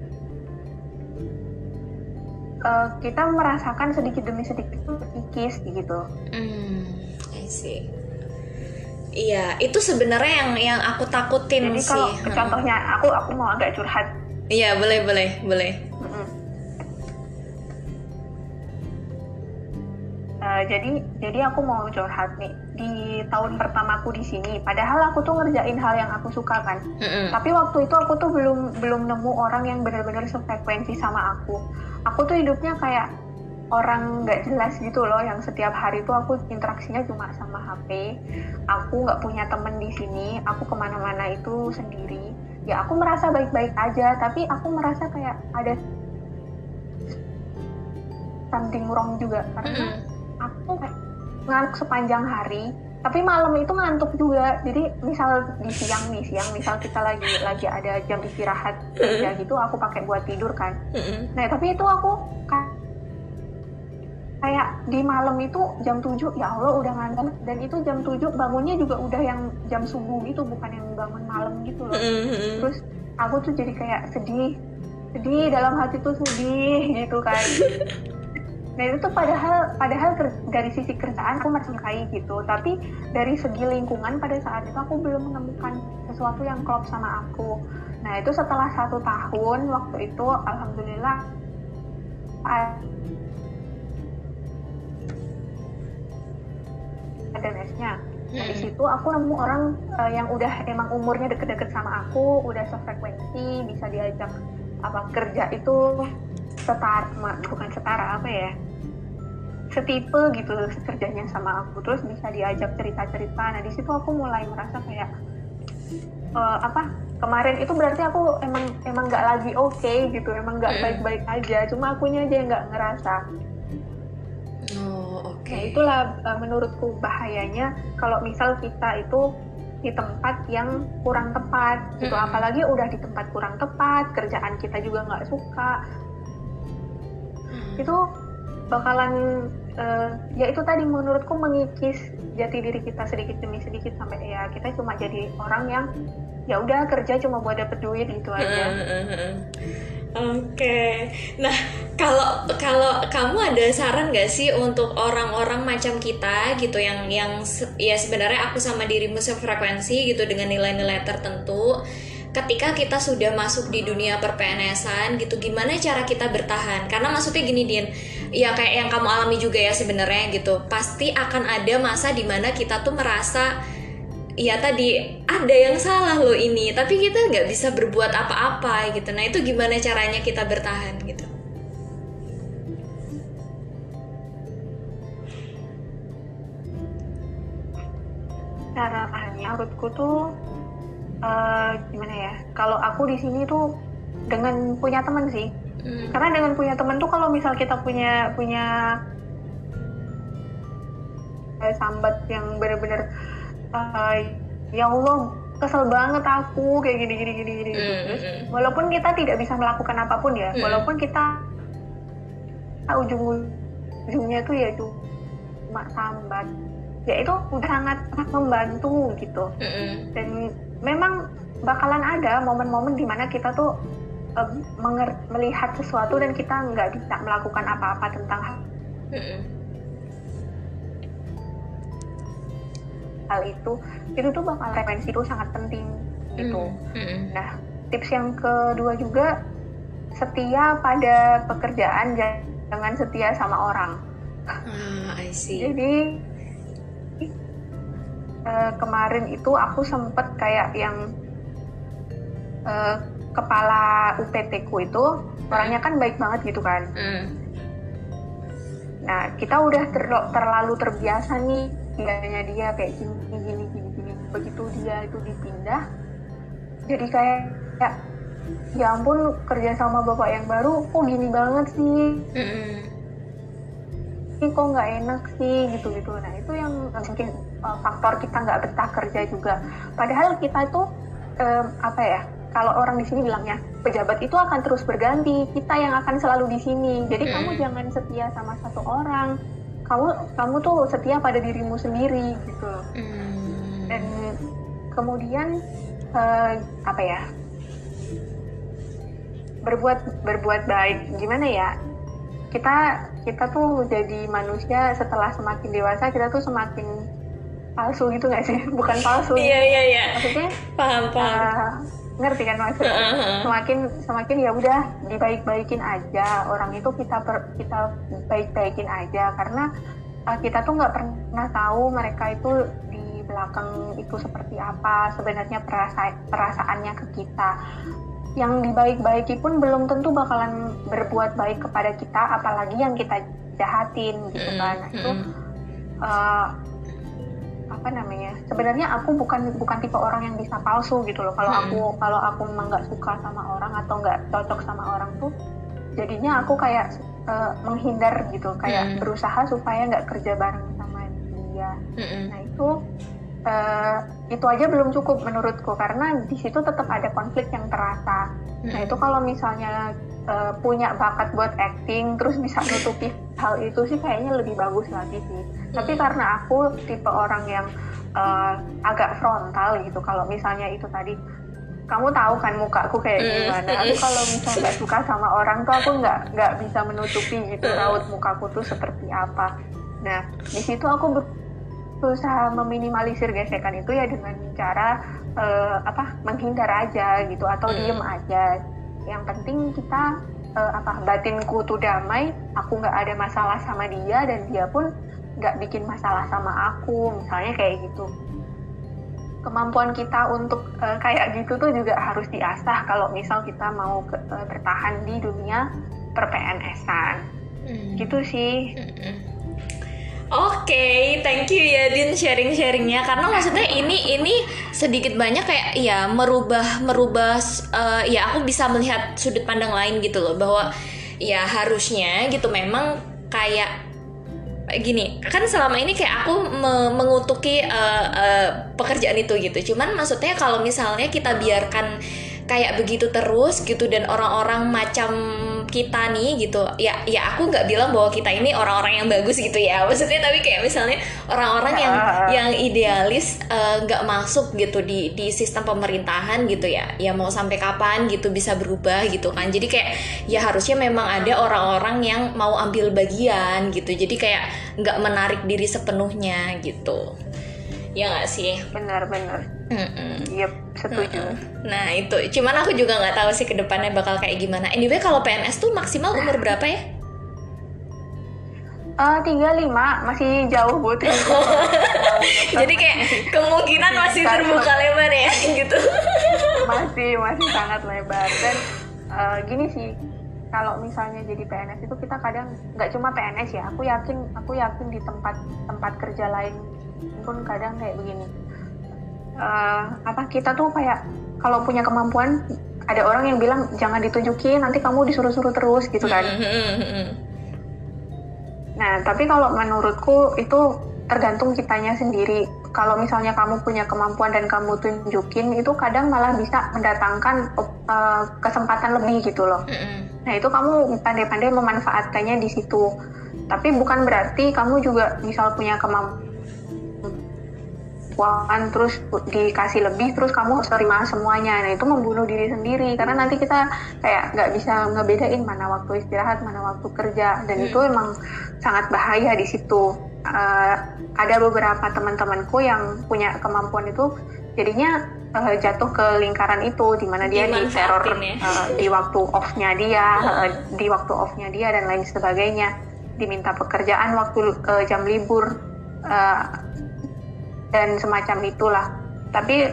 kita merasakan sedikit demi sedikit terkikis gitu. I see. Iya, itu sebenarnya yang aku takutin. Jadi sih. Kalau contohnya aku mau agak curhat. Iya, boleh. Jadi aku mau curhat nih, di tahun pertamaku di sini, padahal aku tuh ngerjain hal yang aku suka kan. Tapi waktu itu aku tuh belum nemu orang yang benar-benar sefrekuensi sama aku. Aku tuh hidupnya kayak orang nggak jelas gitu loh, yang setiap hari tuh aku interaksinya cuma sama HP. Aku nggak punya temen di sini, aku kemana-mana itu sendiri. Ya aku merasa baik-baik aja, tapi aku merasa kayak ada something wrong juga, karena aku ngantuk sepanjang hari, tapi malam itu ngantuk juga. Jadi misal di siang misal kita lagi ada jam istirahat kerja gitu, aku pakai buat tidur kan. Nah tapi itu aku kayak di malam itu jam 7, ya Allah udah ngantuk, dan itu jam 7 bangunnya juga udah yang jam subuh gitu, bukan yang bangun malam gitu loh. Terus aku tuh jadi kayak sedih dalam hati tuh, sedih gitu kan. Nah itu tuh padahal dari sisi kerjaan aku masih sukai gitu, tapi dari segi lingkungan pada saat itu aku belum menemukan sesuatu yang klop sama aku. Nah itu setelah 1 tahun waktu itu, alhamdulillah ada mesnya. Nah di situ aku nemu orang yang udah emang umurnya deket-deket sama aku, udah sefrekuensi, bisa diajak kerja itu setipe gitu kerjanya sama aku, terus bisa diajak cerita-cerita. Nah di situ aku mulai merasa kayak kemarin itu berarti aku emang nggak lagi oke gitu, emang nggak baik-baik aja, cuma akunya aja yang nggak ngerasa. Nah itulah menurutku bahayanya kalau misal kita itu di tempat yang kurang tepat gitu, apalagi udah di tempat kurang tepat, kerjaan kita juga nggak suka, itu bakalan ya itu tadi menurutku mengikis jati diri kita sedikit demi sedikit, sampai ya kita cuma jadi orang yang ya udah kerja cuma buat dapet duit gitu aja. Oke. Nah, kalau kamu ada saran gak sih untuk orang-orang macam kita gitu, yang ya sebenarnya aku sama dirimu sefrekuensi gitu dengan nilai-nilai tertentu, ketika kita sudah masuk di dunia per-PNS-an gitu, gimana cara kita bertahan? Karena maksudnya gini Din, ya kayak yang kamu alami juga ya sebenarnya gitu, pasti akan ada masa dimana kita tuh merasa ya tadi ada yang salah loh ini, tapi kita nggak bisa berbuat apa-apa gitu. Nah itu gimana caranya kita bertahan gitu? Caranya menurutku tuh gimana ya? Kalau aku di sini tuh dengan punya teman sih. Karena dengan punya teman tuh kalau misal kita punya sambat yang benar-benar ya Allah kesel banget aku kayak gini gitu. Terus walaupun kita tidak bisa melakukan apapun ya, walaupun kita ujung-ujungnya tuh ya cuma sambat, ya itu udah sangat membantu gitu. Dan memang bakalan ada momen-momen dimana kita tuh melihat sesuatu dan kita nggak bisa melakukan apa-apa tentang hal itu tuh bakal referensi itu sangat penting gitu. Nah, tips yang kedua juga, setia pada pekerjaan, jangan setia sama orang. I see. Jadi kemarin itu aku sempet kayak yang kepala UPT-ku itu orangnya kan baik banget gitu kan. Nah, kita udah terlalu terbiasa nih gayanya dia kayak gini. Begitu dia itu dipindah, jadi kayak ya ampun, kerja sama bapak yang baru kok gini banget sih. Ini kok nggak enak sih gitu. Nah, itu yang mungkin faktor kita nggak betah kerja juga. Padahal kita itu kalau orang di sini bilangnya pejabat itu akan terus berganti, kita yang akan selalu di sini. Jadi kamu jangan setia sama satu orang, kamu tuh setia pada dirimu sendiri gitu loh. Dan kemudian berbuat baik, gimana ya, kita tuh jadi manusia setelah semakin dewasa, kita tuh semakin palsu gitu nggak sih? Bukan palsu. Iya. Maksudnya paham. Ngerti kan maksudnya? Semakin ya udah dibaik-baikin aja orang itu, kita baik-baikin aja, karena kita tuh nggak pernah tahu mereka itu di belakang itu seperti apa sebenarnya perasaannya ke kita. Yang dibaik-baiki pun belum tentu bakalan berbuat baik kepada kita, apalagi yang kita jahatin gitu kan. Nah, itu sebenarnya aku bukan tipe orang yang bisa palsu gitu loh. Kalau aku memang nggak suka sama orang atau nggak cocok sama orang tuh, jadinya aku kayak menghindar gitu, kayak berusaha supaya nggak kerja bareng sama dia. Nah, itu aja belum cukup menurutku, karena di situ tetap ada konflik yang terasa. Nah, itu kalau misalnya punya bakat buat acting terus bisa nutupi hal itu sih kayaknya lebih bagus lagi sih. Tapi karena aku tipe orang yang agak frontal gitu, kalau misalnya itu tadi kamu tahu kan mukaku kayak gimana. Aku kalau misalnya nggak suka sama orang tuh aku nggak bisa menutupi gitu raut mukaku tuh seperti apa. Nah, di situ aku berusaha meminimalisir gesekan itu ya dengan cara menghindar aja gitu, atau diem aja. Yang penting kita batinku tuh damai, aku nggak ada masalah sama dia dan dia pun nggak bikin masalah sama aku, misalnya kayak gitu. Kemampuan kita untuk kayak gitu tuh juga harus diasah kalau misal kita mau bertahan di dunia per-PNS-an. Gitu sih. Oke, thank you ya Din sharing-sharingnya, karena maksudnya ini sedikit banyak kayak ya merubah ya aku bisa melihat sudut pandang lain gitu loh, bahwa ya harusnya gitu memang kayak gini kan, selama ini kayak aku mengutuki pekerjaan itu gitu. Cuman maksudnya kalau misalnya kita biarkan kayak begitu terus gitu, dan orang-orang macam kita nih gitu, ya aku nggak bilang bahwa kita ini orang-orang yang bagus gitu ya maksudnya, tapi kayak misalnya orang-orang yang idealis nggak masuk gitu di sistem pemerintahan gitu ya mau sampai kapan gitu bisa berubah gitu kan. Jadi kayak ya harusnya memang ada orang-orang yang mau ambil bagian gitu, jadi kayak nggak menarik diri sepenuhnya gitu. Ya nggak sih? Benar-benar. Yep, setuju. Nah itu, cuman aku juga nggak tahu sih kedepannya bakal kayak gimana. Anyway, kalau PNS tuh maksimal umur berapa ya? 35, masih jauh buat itu. Jadi kayak kemungkinan masih terbuka lebar ya gitu. Masih sangat lebar. Dan gini sih, kalau misalnya jadi PNS itu kita kadang nggak cuma PNS ya. Aku yakin di tempat kerja lain pun kadang kayak begini. Kita tuh kayak kalau punya kemampuan, ada orang yang bilang jangan ditunjukin, nanti kamu disuruh-suruh terus gitu kan. Nah, tapi kalau menurutku itu tergantung kitanya sendiri. Kalau misalnya kamu punya kemampuan dan kamu tunjukin, itu kadang malah bisa mendatangkan kesempatan lebih gitu loh. Nah, itu kamu pandai-pandai memanfaatkannya di situ. Tapi bukan berarti kamu juga misal punya kemampuan terus dikasih lebih terus kamu harus terima semuanya. Nah itu membunuh diri sendiri, karena nanti kita kayak nggak bisa ngebedain mana waktu istirahat, mana waktu kerja, dan itu emang sangat bahaya di situ. Ada beberapa teman-temanku yang punya kemampuan itu jadinya jatuh ke lingkaran itu, di mana dia diteror di waktu off-nya dia, dan lain sebagainya, diminta pekerjaan waktu jam libur dan semacam itulah. Tapi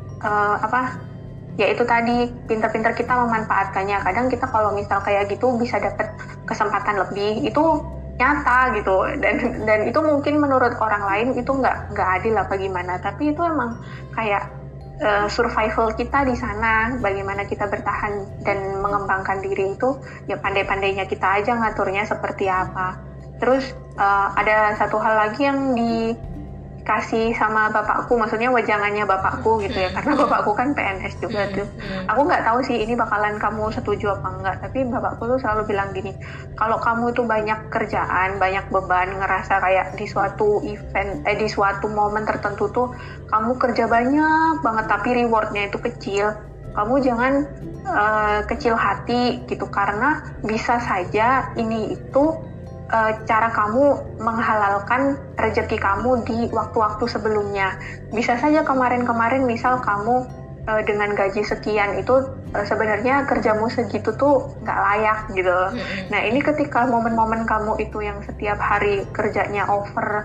ya itu tadi, pintar-pintar kita memanfaatkannya. Kadang kita kalau misal kayak gitu bisa dapat kesempatan lebih, itu nyata gitu, dan itu mungkin menurut orang lain itu nggak adil apa gimana, tapi itu emang kayak survival kita di sana, bagaimana kita bertahan dan mengembangkan diri itu ya pandai-pandainya kita aja ngaturnya seperti apa. Terus ada satu hal lagi yang dikasih sama bapakku, maksudnya wejangannya bapakku gitu ya, karena bapakku kan PNS juga tuh. Aku nggak tahu sih ini bakalan kamu setuju apa enggak, tapi bapakku tuh selalu bilang gini, kalau kamu itu banyak kerjaan, banyak beban, ngerasa kayak di suatu event, di suatu momen tertentu tuh kamu kerja banyak banget tapi rewardnya itu kecil, kamu jangan kecil hati gitu, karena bisa saja ini itu cara kamu menghalalkan rezeki kamu di waktu-waktu sebelumnya. Bisa saja kemarin-kemarin misal kamu dengan gaji sekian itu sebenarnya kerjamu segitu tuh nggak layak gitu. Nah ini ketika momen-momen kamu itu yang setiap hari kerjanya over,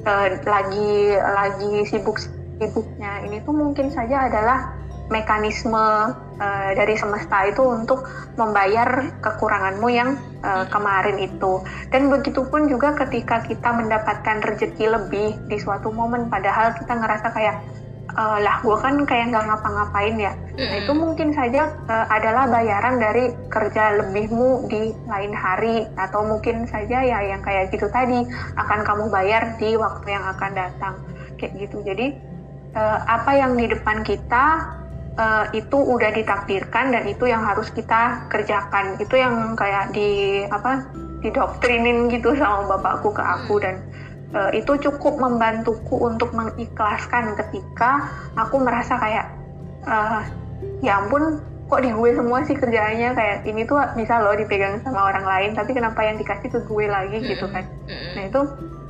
lagi sibuk-sibuknya, ini tuh mungkin saja adalah mekanisme dari semesta itu untuk membayar kekuranganmu yang kemarin itu. Dan begitupun juga ketika kita mendapatkan rezeki lebih di suatu momen, padahal kita ngerasa kayak lah gue kan kayak nggak ngapa-ngapain ya. Nah itu mungkin saja adalah bayaran dari kerja lebihmu di lain hari, atau mungkin saja ya yang kayak gitu tadi akan kamu bayar di waktu yang akan datang kayak gitu. Jadi apa yang di depan kita itu udah ditakdirkan dan itu yang harus kita kerjakan. Itu yang kayak didoktrinin gitu sama bapakku ke aku, dan itu cukup membantuku untuk mengikhlaskan ketika aku merasa kayak ya ampun kok di gue semua sih kerjaannya, kayak ini tuh bisa loh dipegang sama orang lain tapi kenapa yang dikasih ke gue lagi gitu kan. Nah itu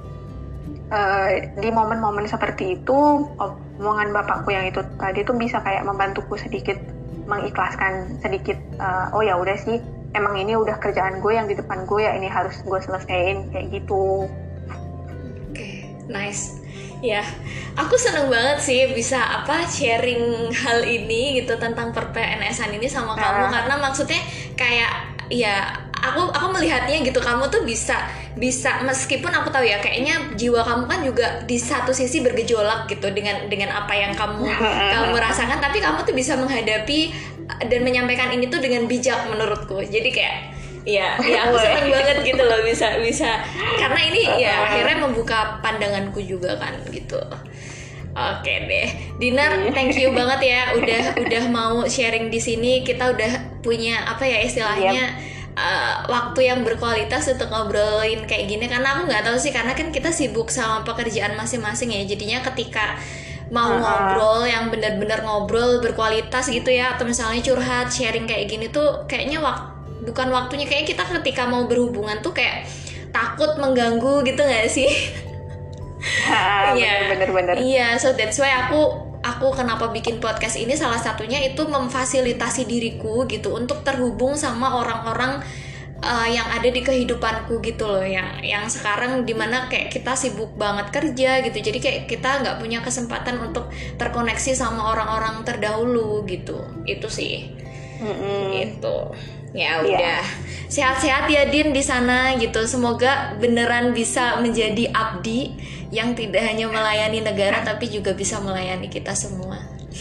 di momen-momen seperti itu omongan bapakku yang itu tadi tuh bisa kayak membantuku sedikit mengikhlaskan sedikit, oh ya udah sih emang ini udah kerjaan gue yang di depan gue ya, ini harus gue selesaiin kayak gitu. Oke, nice. Ya, aku seneng banget sih bisa sharing hal ini gitu tentang per-PNS-an ini sama kamu, karena maksudnya kayak ya aku melihatnya gitu, kamu tuh bisa meskipun aku tahu ya kayaknya jiwa kamu kan juga di satu sisi bergejolak gitu dengan apa yang kamu rasakan, tapi kamu tuh bisa menghadapi dan menyampaikan ini tuh dengan bijak menurutku. Jadi kayak ya aku senang banget gitu loh bisa karena ini ya akhirnya membuka pandanganku juga kan gitu. Oke deh, Dinar, thank you banget ya udah mau sharing di sini. Kita udah punya istilahnya waktu yang berkualitas untuk ngobrolin kayak gini, karena aku nggak tahu sih, karena kan kita sibuk sama pekerjaan masing-masing ya, jadinya ketika mau ngobrol yang benar-benar ngobrol berkualitas gitu ya, atau misalnya curhat sharing kayak gini tuh kayaknya bukan waktunya. Kayak kita ketika mau berhubungan tuh kayak takut mengganggu gitu nggak sih? Bener-bener. Iya, so that's why aku kenapa bikin podcast ini, salah satunya itu memfasilitasi diriku gitu untuk terhubung sama orang-orang yang ada di kehidupanku gitu loh, yang sekarang dimana kayak kita sibuk banget kerja gitu, jadi kayak kita nggak punya kesempatan untuk terkoneksi sama orang-orang terdahulu gitu. Itu sih itu ya udah sehat-sehat ya Din di sana gitu, semoga beneran bisa menjadi abdi yang tidak hanya melayani negara tapi juga bisa melayani kita semua.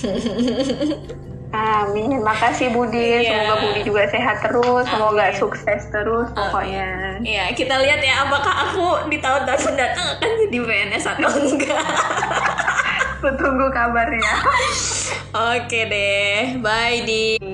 Amin, makasih Budi. Semoga Budi juga sehat terus. Semoga sukses terus pokoknya. Iya, kita lihat ya apakah aku di tahun-tahun mendatang akan jadi PNS atau enggak. Tunggu kabarnya. Oke deh, bye Di.